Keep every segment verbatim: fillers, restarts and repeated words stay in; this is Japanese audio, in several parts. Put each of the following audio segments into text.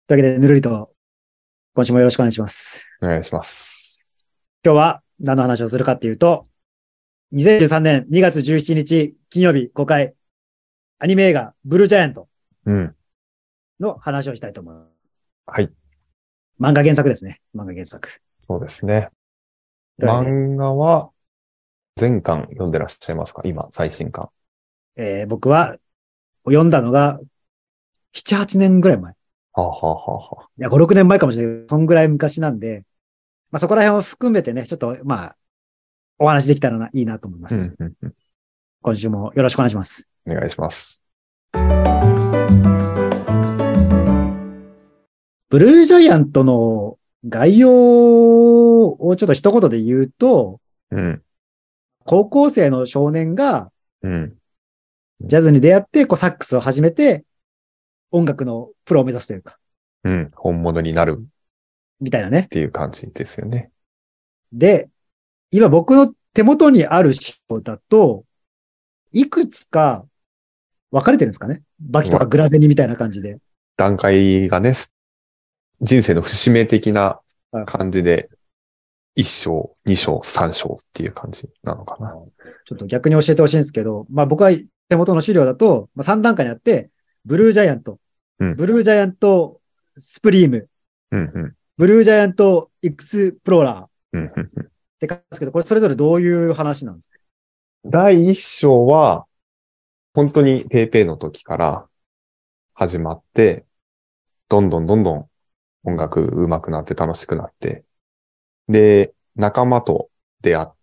というわけで、ぬるりと、今週もよろしくお願いします。 お願いします。 今日は何の話をするかっていうと、にせんじゅうさんねんにがつじゅうしちにち金曜日公開、アニメ映画、ブルージャイアントうん。 の話をしたいと思います。 はい。 漫画原作ですね。漫画原作。 そうですね。 というわけで、 漫画は全巻読んでらっしゃいますか？今、最新巻。 えー僕は読んだのが、なな、はちねんぐらい前。いはあ、はあはあはあ、 や、ご、ろくねんまえかもしれないけど、そんぐらい昔なんで、まあ、そこら辺を含めてね、ちょっと、まあ、お話できたらないいなと思います。 うんうんうん。 今週もよろしくお願いします。 お願いします。 ブルージャイアントの概要をちょっと一言で言うと、 うん。 高校生の少年がうん。 ジャズに出会ってこうサックスを始めて音楽のプロを目指すというか、 うん。本物になるっみたいなね。 ていう感じですよね。 で、今僕の手元にある資料だと、いくつか分かれてるんですかね。バキとかグラゼニみたいな感じで。 段階がね、人生の節目的な感じで、一章、二章、三章っていう感じなのかな。 ちょっと逆に教えてほしいんですけど、まあ僕は手元の資料だと、まあ、さん段階にあって、ブルージャイアント、 うん、 ブルージャイアントスプリーム、 うんうん、 ブルージャイアントエクスプローラーっうんうんうん、 て書くんですけど、これそれぞれどういう話なんですか？ 第一章は、本当にペイペイの時から始まって、どんどんどんどん音楽上手くなって楽しくなって、で、仲間と出会って、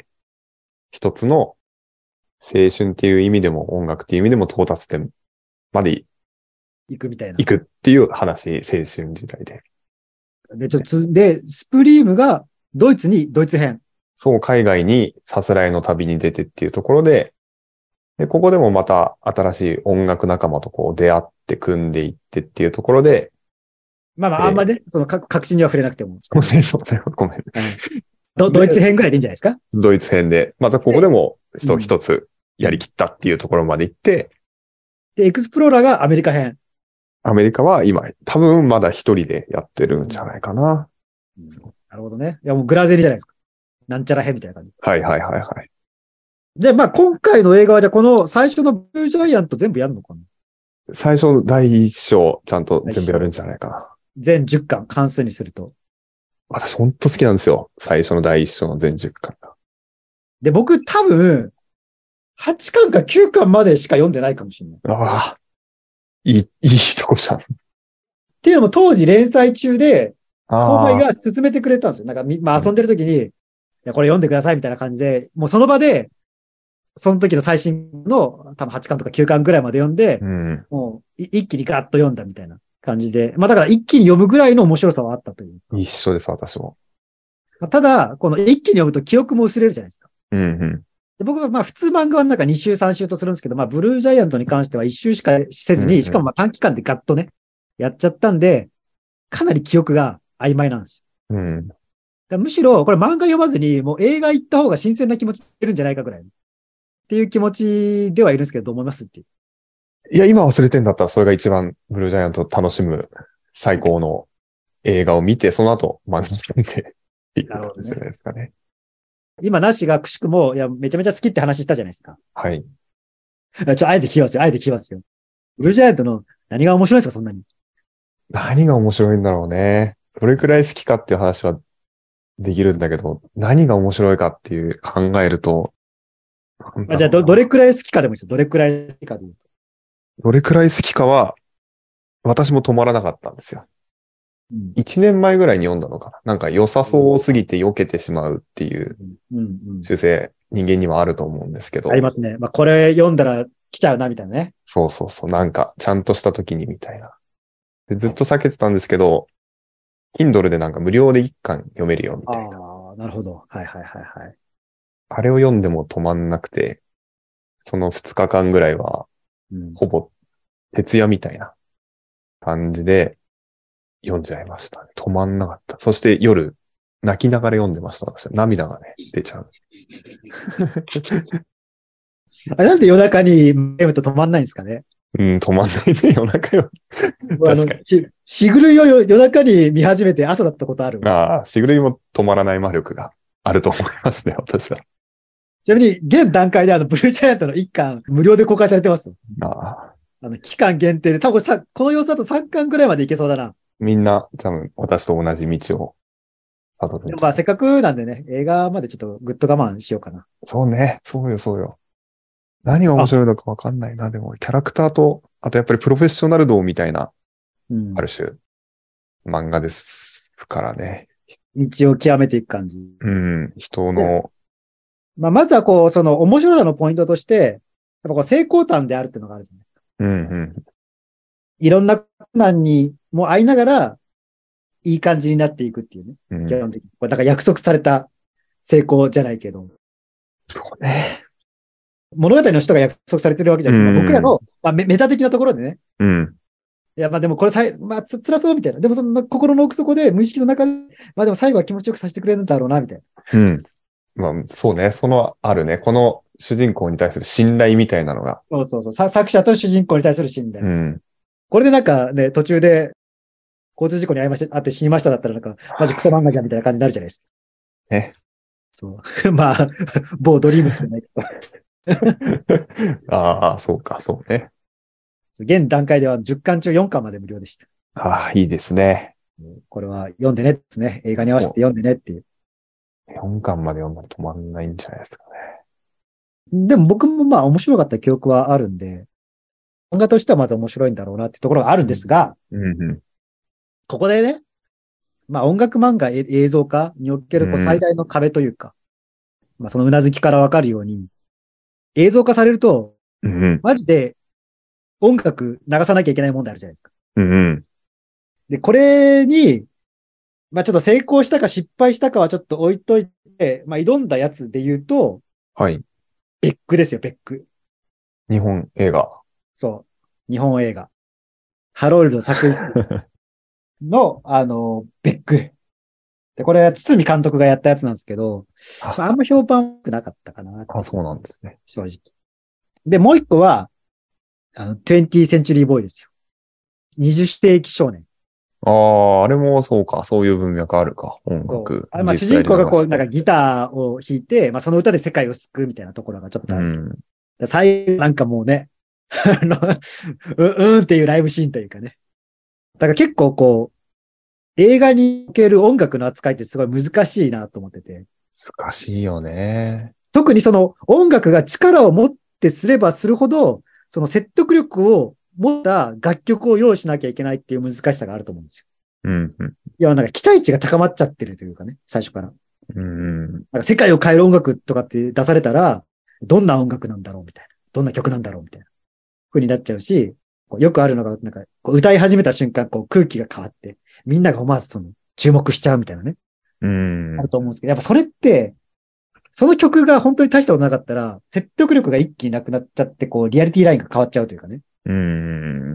一つの青春っていう意味でも音楽っていう意味でも到達点まで行くみたいな。 行くっていう話、青春時代で。 で、ちょっとで、スプリームがドイツにドイツ編。 そう、海外にさすらいの旅に出てっていうところで、で、ここでもまた新しい音楽仲間とこう出会って組んでいってっていうところで、 まあまあ、あんまりね、その確信には触れなくても。 そうね、そうね、ごめん。 ドドイツ編ぐらいでいいんじゃないですか？ ドイツ編で、またここでも、そう、 うん一つやりきったっていうところまで行って、 で、エクスプローラーがアメリカ編。 アメリカは今、多分まだ一人でやってるんじゃないかな。 うん、なるほどね。いや、もうグラゼリじゃないですか。なんちゃら編みたいな感じ。 はいはいはいはい。 じゃあ、まあ、今回の映画は、じゃあ、この最初のブルージャイアント全部やるのかな？ 最初の第一章、ちゃんと全部やるんじゃないかな。 全じゅっかん、関数にすると。 私ほんと好きなんですよ。最初の第一章の全じゅっかんが。 で、僕多分、はちかんかきゅうかんまでしか読んでないかもしれない。 ああ、いい、いいとこじゃん。 っていうのも当時連載中で、後輩ああ、 が勧めてくれたんですよ。なんかみ、まあ遊んでる時に、いや、これ読んでくださいみたいな感じで、もうその場で、その時の最新の多分はちかんとかきゅうかんぐらいまで読んで、 うん。 もうい一気にガッと読んだみたいな感じで、まあだから一気に読むぐらいの面白さはあったという。 一緒です、私も。 まあ、ただ、この一気に読むと記憶も薄れるじゃないですか。 うんうん。 で僕はまあ普通漫画はなんかに週さん週とするんですけど、まあブルージャイアントに関してはいち週しかせずに、 うんうん、 しかもまあ短期間でガッとね、やっちゃったんで、かなり記憶が曖昧なんですよ。 うん。 だむしろ、これ漫画読まずに、もう映画行った方が新鮮な気持ち出るんじゃないかぐらい。っていう気持ちではいるんですけど、どう思いますっていう。 いや、今忘れてんだったらそれが一番ブルージャイアントを楽しむ最高の映画を見て、その後漫画読んでいい感じじゃないですかね。 今、なしがくしくも、いや、めちゃめちゃ好きって話したじゃないですか。 はい。 ちょ、あえて聞きますよ。あえて聞きますよ。ブルージャイアントの何が面白いですか、そんなに。 何が面白いんだろうね。どれくらい好きかっていう話はできるんだけど、何が面白いかっていう考えると、 あじゃあど、どれくらい好きかでもいいですよ。どれくらい好きかで言うと。 どれくらい好きかは、私も止まらなかったんですよ。 うん一年前ぐらいに読んだのかな。なんか良さそうすぎて避けてしまうっていううんうん、 習性、人間にはあると思うんですけど。 ありますね。まあ、これ読んだら来ちゃうな、みたいなね。 そうそうそう。なんか、ちゃんとした時にみたいな。でずっと避けてたんですけど、Kindle でなんか無料で一巻読めるよみたいな。 ああ、なるほど。はいはいはいはい。 あれを読んでも止まんなくて、その二日間ぐらいは、 うん、 ほぼ徹夜みたいな感じで読んじゃいましたね。止まんなかった。そして夜、泣きながら読んでました。私は涙がね、出ちゃう。 あなんで夜中に読むと止まんないんですかね。 うん、止まんないね、夜中よ。確かに。 しぐるいを夜夜中に見始めて朝だったことある。 ああ、しぐるいも止まらない魔力があると思いますね、私は。 ちなみに、現段階であの、ブルージャイアントのいっかん無料で公開されてますよ。 ああ、 あの、期間限定で、多分さ、この様子だとさんかんぐらいまでいけそうだな。 みんな多分私と同じ道を辿るんじゃない。 でもまあ、せっかくなんでね、映画までちょっとぐっと我慢しようかな。 そうね、そうよ、そうよ。何が面白いのかわかんないな。でも、キャラクターと、あとやっぱりプロフェッショナル度みたいな、 うん。 ある種、漫画ですからね。 道を極めていく感じ。 うん、人の、 まあ、まずはこう、その面白さのポイントとして、やっぱこう成功譚であるっていうのがあるじゃないですか。 うん、うん、 いろんな困難にも会いながら、いい感じになっていくっていうね。 うん。 基本的に。これだから約束された成功じゃないけど。 そうね。 物語の人が約束されてるわけじゃなくて、まあ、僕らの、まあ、メメタ的なところでね。 うん。 いや、まあでもこれさい、まあつ、辛そうみたいな。でもその心の奥底で無意識の中で、まあでも最後は気持ちよくさせてくれるんだろうな、みたいな。 うん。まあ、そうね。その、あるね。この主人公に対する信頼みたいなのが。 そうそうそう。さ作者と主人公に対する信頼。 うん。 これでなんかね、途中で交通事故に遭いました、あって死にましただったらなんか、マジクソ漫画じゃんみたいな感じになるじゃないですか。 ね。 そう。まあ、某ドリームスじゃないけど。 ああ、そうか、そうね。 現段階ではじゅっかん中よんかんまで無料でした。 ああ、いいですね。 これは読んでねですね。映画に合わせて読んでねっていう。 よんかんまで読んだら止まんないんじゃないですかね。 でも僕もまあ面白かった記憶はあるんで、漫画としてはまず面白いんだろうなってところがあるんですが、 うんうん。 ここでね、まあ音楽漫画え映像化におけるこう最大の壁というか、まあそのうなずきからわかるように、映像化されると、 うんうん。 マジで音楽流さなきゃいけない問題あるじゃないですか。 うんうん。 で、これに、まあちょっと成功したか失敗したかはちょっと置いといて、まあ挑んだやつで言うと、 はい。 ベックですよ、ベック。 日本映画。 そう。日本映画。ハロルド作品の、あの、ベック。で、これは堤監督がやったやつなんですけど、 あ、 まあ、あんま評判良くなかったかな。 あ、そうなんですね。 正直。で、もう一個は、あの、twentieth Century Boy ですよ。二十世紀少年。 ああ、あれもそうか。そういう文脈あるか。音そう。 楽。 あれまあ主実際に人公がこう、 流してなんかギターを弾いて、まあその歌で世界を救うみたいなところがちょっとあると。 うん。 で最後なんかもうね、あの、う、うーんっていうライブシーンというかね。だから結構こう、映画における音楽の扱いってすごい難しいなと思ってて。 難しいよね。 特にその音楽が力を持ってすればするほど、その説得力を持った楽曲を用意しなきゃいけないっていう難しさがあると思うんですよ。 うんうん。 いや、なんか期待値が高まっちゃってるというかね、最初から。 うんうん。 なんか世界を変える音楽とかって出されたら、どんな音楽なんだろうみたいな。どんな曲なんだろうみたいな。風になっちゃうし、こうよくあるのが、なんか、こう歌い始めた瞬間、こう空気が変わって、みんなが思わずその、注目しちゃうみたいなね。 うんあると思うんですけど、やっぱそれって、その曲が本当に大したことなかったら、説得力が一気になくなっちゃって、こう、リアリティラインが変わっちゃうというかね。 うん。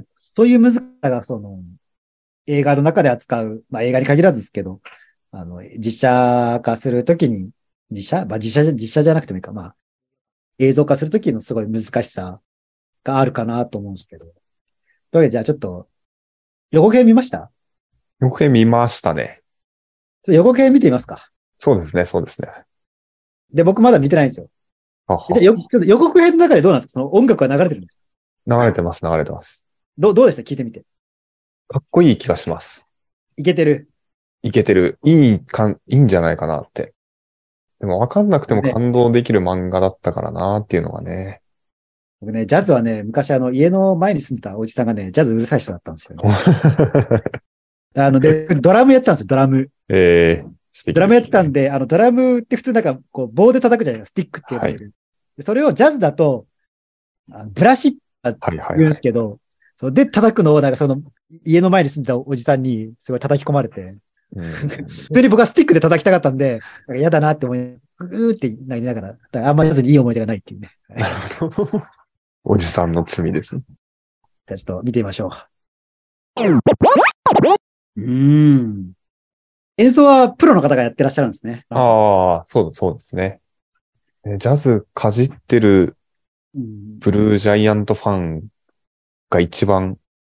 そういう難しさが、その、映画の中で扱う、まあ映画に限らずですけど、あの、実写化するときに、実写まあ実写、実写じゃなくてもいいか、まあ、映像化するときのすごい難しさがあるかなと思うんですけど。というわけで、じゃあちょっと、予告編見ました？ 予告編見ましたね。 ちょっと予告編見てみますか。 そうですね、そうですね。 で、僕まだ見てないんですよ。 ははじゃあよ、ちょっと予告編の中でどうなんですか？その音楽は流れてるんですか？ 流れてます、流れてます。 どう、どうでした聞いてみて。 かっこいい気がします。 いけてる。 いけてる。いいかん、いいんじゃないかなって。でも分かんなくてもね、 感動できる漫画だったからなっていうのがね。 僕ね、ジャズはね、昔あの、家の前に住んでたおじさんがね、ジャズうるさい人だったんですよね。あの、で、ドラムやってたんですよ、ドラム。 ええー、素敵ですね。 ドラムやってたんで、あの、ドラムって普通なんか、こう、棒で叩くじゃないですか、スティックって呼ばれる。でそれをジャズだと、あのブラシってはいはい言うんはい。 ですけど、そうで、叩くのを、なんかその、家の前に住んでたおじさんにすごい叩き込まれて、 うん、 普通に僕はスティックで叩きたかったんで、なんか嫌だなって思い、うーってなりながら、だからあんまりジャズにいい思い出がないっていうね。 なるほど。おじさんの罪ですね。 じゃあちょっと見てみましょう。うーん。演奏はプロの方がやってらっしゃるんですね。 ああ、そうそうですね。ジャズかじってるうん、 ブルージャイアントファンが一番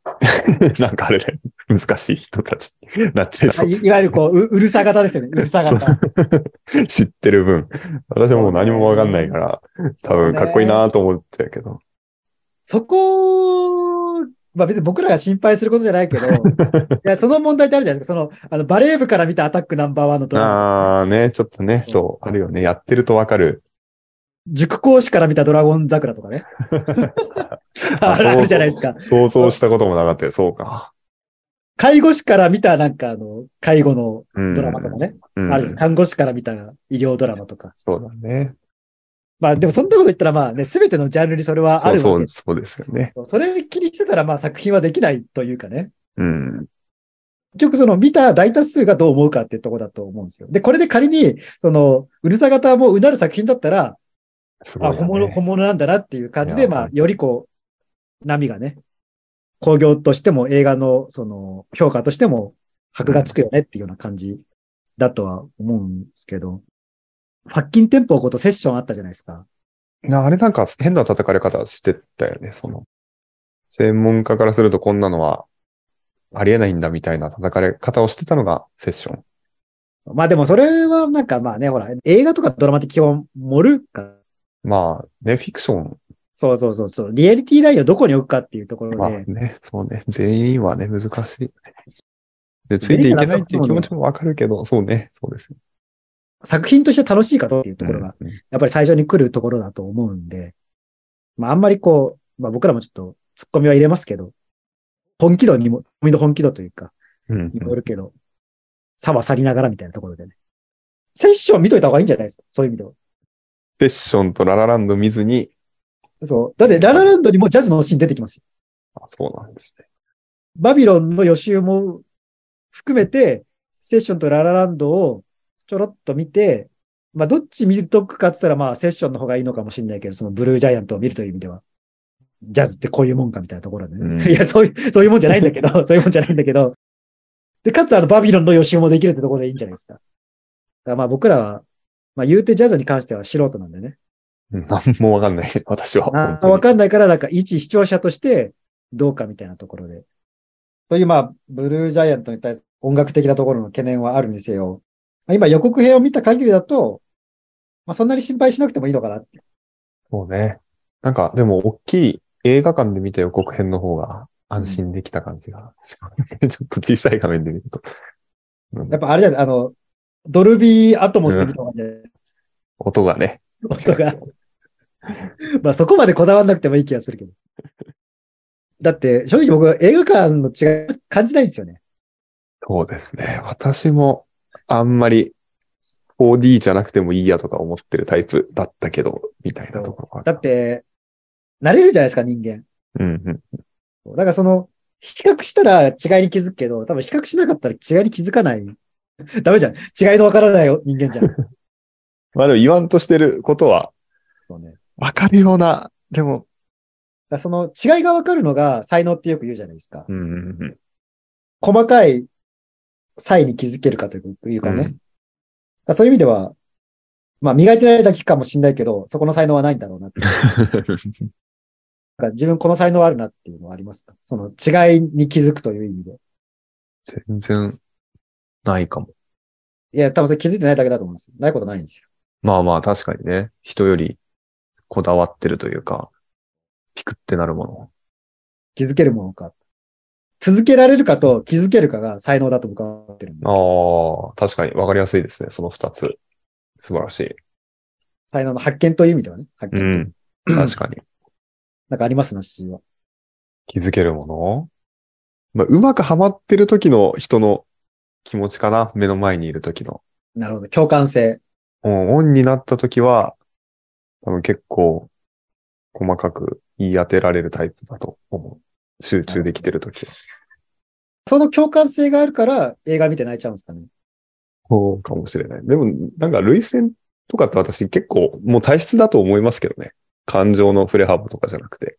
なんかあれだよ。難しい人たちになっちゃいそう。 いいわゆるこう、う、うるさ型ですよね。うるさ型。 知ってる分。私はもう何もわかんないかそうね。 ら、多そう分かっこいいね。 なと思っちゃうけど。 そこ、まあ別に僕らが心配することじゃないけど、いや、その問題ってあるじゃないですか。その、あの、バレー部から見たアタックナンバーワンのドラマとかね。 ああね、ちょっとね、 そうそう、あるよね。やってるとわかる。 塾講師から見たドラゴン桜とかね。 あ、 あるあ想像、 るじゃないですか。 想像したこともなかったよ。そうか。 介護士から見たなんかあの、介護のうん。 ドラマとかね。 うあるじゃん。 ん。 看護師から見た医療ドラマとか。 そうだね。 まあでもそんなこと言ったらまあね、すべてのジャンルにそれはそうそう、 あるわけ。 そうですよね。 それ気にしてたらまあ作品はできないというかね。 うん。 結局その見た大多数がどう思うかっていうところだと思うんですよ。で、これで仮に、その、うるさ型もうなる作品だったら、あ、 すごいよ本物、本ね。 物なんだなっていう感いや、 じで、まあ、 ほんよりこう、波がね、興行としても映画の、その、評価としても、箔がつくよねっていうような感じだとは思うんですけど、ファッキンテンポことセッションあったじゃないですか。 なあれなんか変な叩かれ方してたよね。その、専門家からするとこんなのはありえないんだみたいな叩かれ方をしてたのがセッション。 まあでもそれはなんかまあね、ほら、映画とかドラマって基本盛るから、 まあね、フィクション。 そうそうそうそう、リアリティラインをどこに置くかっていうところで、 まあね、そうね。全員はね、難しい。で、つい何かなていけないっていうと思うのは、 気持ちもわかるけど、そうね、そうですね。 作品として楽しいかどうっていうところが、 うん、 やっぱり最初に来るところだと思うんで、まああんまりこう、まあ僕らもちょっと突っ込みは入れますけど、本気度にも、の本気度というか、 うん、 にもよるけど、差は去りながらみたいなところでね。セッション見といた方がいいんじゃないですか、そういう意味では。 セッションとララランド見ずに、 そう。だってララランドにもジャズのシーン出てきますよ。 あ、そうなんですね。 バビロンの予習も含めて、セッションとララランドをちょろっと見て、まあどっち見とくかって言ったらまあセッションの方がいいのかもしれないけど、そのブルージャイアントを見るという意味では。ジャズってこういうもんかみたいなところでね。 うんいや、そういう、そういうもんじゃないんだけど、そういうもんじゃないんだけど。で、かつあのバビロンの予習もできるってところでいいんじゃないですか。だからまあ僕らは、まあ言うてジャズに関しては素人なんでね。 うんなんもわかんない、私は。 あ本当にわかんないから、なんか一視聴者としてどうかみたいなところで。というまあ、ブルージャイアントに対する音楽的なところの懸念はあるにせよ。まあ今予告編を見た限りだと、まあそんなに心配しなくてもいいのかなって。 そうね。なんか、でも、大きい映画館で見た予告編の方が安心できた感じがします。ちょっと小さい画面で見ると。うんやっぱあれじゃないですか、あの、ドルビーアトモスで見た方がいいんじゃないです音がね。 か、音が。まあそこまでこだわんなくてもいい気がするけど。だって、正直僕は映画館の違い感じないんですよね。 そうですね。私もあんまり フォーディー じゃなくてもいいやとか思ってるタイプだったけど、みたいなところがある。 だって、慣れるじゃないですか、人間。 うんうん。 だからその、比較したら違いに気づくけど、多分比較しなかったら違いに気づかない。ダメじゃん。違いのわからない人間じゃん。 まあでも言わんとしてることはそうね。だかわかるような。でも、 らその違いがわかるのが才能ってよく言うじゃないですか。 うんうんうん。 細かい差異に気づけるかというかね。 うんだからそういう意味では、まあ磨いてないだけかもしれないけど、そこの才能はないんだろうなって。だから自分この才能あるなっていうのはありますか？その違いに気づくという意味で。 全然ないかも。 いや、多分それ気づいてないだけだと思うんですよ。ないことないんですよ。 まあまあ確かにね。人よりこだわってるというか、ピクってなるもの。 気づけるものか。続けられるかと気づけるかが才能だと僕は思ってるんで。 ああ、確かにわかりやすいですね。その二つ。素晴らしい。 才能の発見という意味ではね。発見と。 うん。確かに。 なんかありますな、しは。 気づけるものまあ、うまくハマってる時の人の気持ちかな。目の前にいる時の。 なるほど。共感性。 うん、オンになった時は、多分結構細かく言い当てられるタイプだと思う。集中できてる時です。 その共感性があるから映画見て泣いちゃうんですかね。 そうかもしれない。でも、なんか類線とかって私結構もう体質だと思いますけどね。感情の振れ幅とかじゃなくて。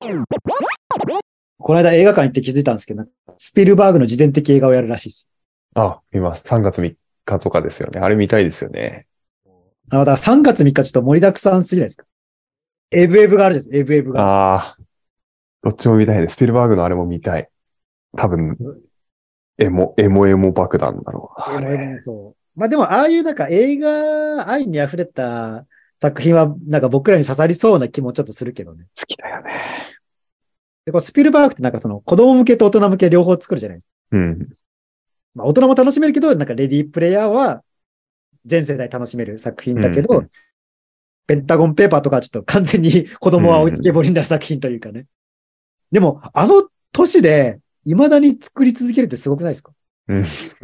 この間映画館行って気づいたんですけど、なんかスピルバーグの自伝的映画をやるらしいです。 あ、見ます。さんがつみっかとかですよね。あれ見たいですよね。 あ、だからさんがつみっかちょっと盛りだくさんすぎないですか？エブエブがあるじゃないですか、エブエブが。 ああ、 どっちも見たいです。スピルバーグのあれも見たい。多分、エモ、エモエモ爆弾だろうな。 エモエモそう。まあでも、ああいうなんか映画愛に溢れた作品は、なんか僕らに刺さりそうな気もちょっとするけどね。 好きだよね。 で、こうスピルバーグってなんかその子供向けと大人向け両方作るじゃないですか。 うん。 まあ大人も楽しめるけど、なんかレディープレイヤーは全世代楽しめる作品だけど、 うんうん、 ペンタゴンペーパーとかはちょっと完全に子供は置いてけぼりになる作品というかね。でも、あの年で未だに作り続けるってすごくないですか？ うん。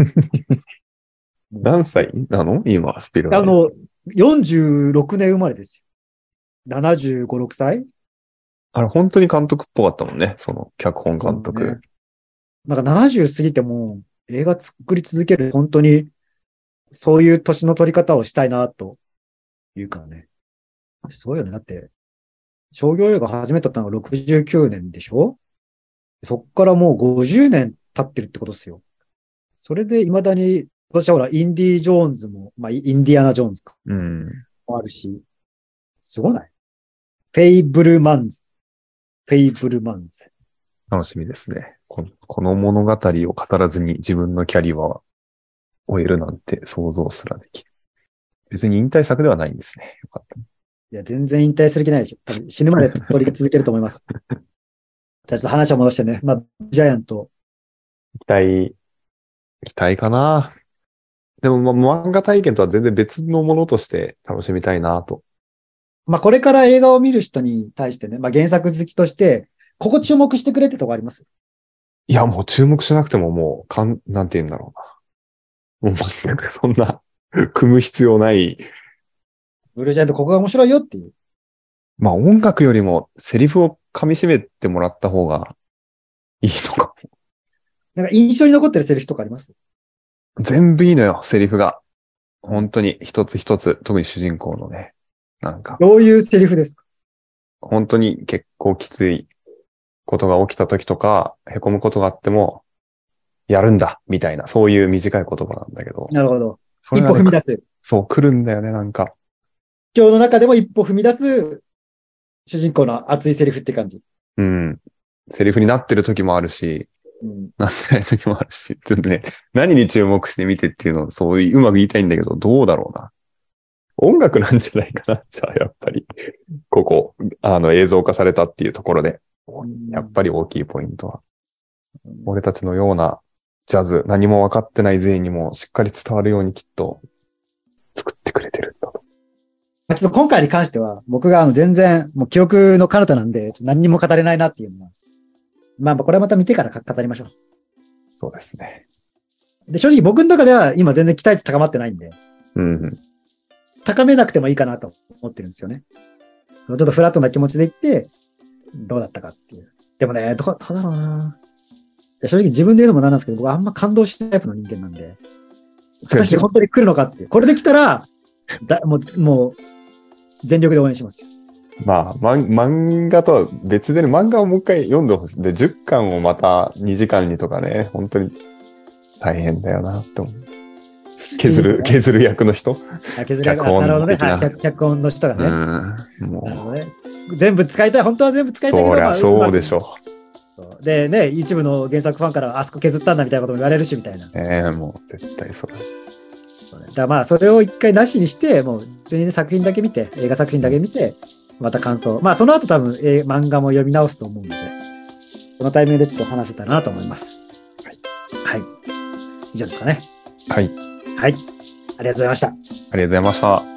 何歳なの今、スピルバーグ。 あの、よんじゅうろくねん生まれですよ。ななじゅうご、ろくさいあれ、本当に監督っぽかったもんね。その、脚本監督。 ね、なんかななじゅう過ぎても映画作り続ける、本当にそういう年の取り方をしたいな、というかね。すごいよね。だって、商業映画始めたのがろくじゅうきゅうねんでしょ？そっからもうごじゅうねん経ってるってことですよ。それで未だに、私はほら、インディ・ジョーンズも、まあ、インディアナ・ジョーンズか。 うん。 もあるし、すごない？フェイブルマンズ。フェイブルマンズ。 楽しみですね。この、この物語を語らずに自分のキャリアは終えるなんて想像すらできる。別に引退作ではないんですね。よかった。 いや、全然引退する気ないでしょ。多分死ぬまで撮り続けると思います。じゃあちょっと話を戻してね。まあ、ジャイアント。 期待、期待かな。でも、まあ、漫画体験とは全然別のものとして楽しみたいなと。 まあ、これから映画を見る人に対してね、まあ、原作好きとして、ここ注目してくれってとこあります？ いや、もう注目しなくてももう、かん、なんて言うんだろうな。もう、なんかそんな、組む必要ない。 ブルージャイアントここが面白いよっていう。 まあ、音楽よりもセリフを噛み締めてもらった方がいいのかも。 なんか印象に残ってるセリフとかあります？ 全部いいのよ、セリフが。本当に一つ一つ、特に主人公のね、なんか、 どういうセリフですか？ 本当に結構きついことが起きた時とか、凹むことがあっても、やるんだ、みたいな、そういう短い言葉なんだけど。 なるほど。一それがね、 歩踏み出す。 そう、来るんだよね、なんか。 今日の中でも一歩踏み出す主人公の熱いセリフって感じ。 うん。セリフになってる時もあるし、 うん、 なってない時もあるし、ちょっとね、何に注目して見てっていうのを、そういう、うまく言いたいんだけど、どうだろうな。音楽なんじゃないかな、じゃあ、やっぱり。ここ、あの、映像化されたっていうところで、やっぱり大きいポイントは。俺たちのようなジャズ、何も分かってない全員にもしっかり伝わるようにきっと作ってくれてるんだと。 ちょっと今回に関しては、僕があの全然、もう記憶の彼方なんで、何にも語れないなっていうのは。まあ、これはまた見てから語りましょう。 そうですね。 で、正直僕の中では今全然期待値高まってないんで、 うん、うん。 高めなくてもいいかなと思ってるんですよね。ちょっとフラットな気持ちでいって、どうだったかっていう。でもね、どう、どうだろうな。正直自分で言うのもなんなんですけど、僕はあんま感動しないタイプの人間なんで、果たして本当に来るのかっていう。これで来たら、だもう、もう、全力で応援しますよ。 まあ、ま、漫画とは別でね、漫画をもう一回読んでほしい。で、じゅっかんをまたにじかんにとかね、本当に大変だよなって思う。削る、削る役の人削る役の人。なるほどね。はい、脚本の人がね。 うん。もう。 なるほどね。全部使いたい。本当は全部使いたいけど。 そりゃそうでしょう。でね、一部の原作ファンからあそこ削ったんだみたいなことも言われるしみたいな。 ええー、もう絶対そうだ。 だからまあ、それを一回なしにして、もう、普通に作品だけ見て、映画作品だけ見て、また感想。まあ、その後多分、えー、漫画も読み直すと思うので、このタイミングでちょっと話せたらなと思います。はい。はい。以上ですかね。 はい。 はい。ありがとうございました。ありがとうございました。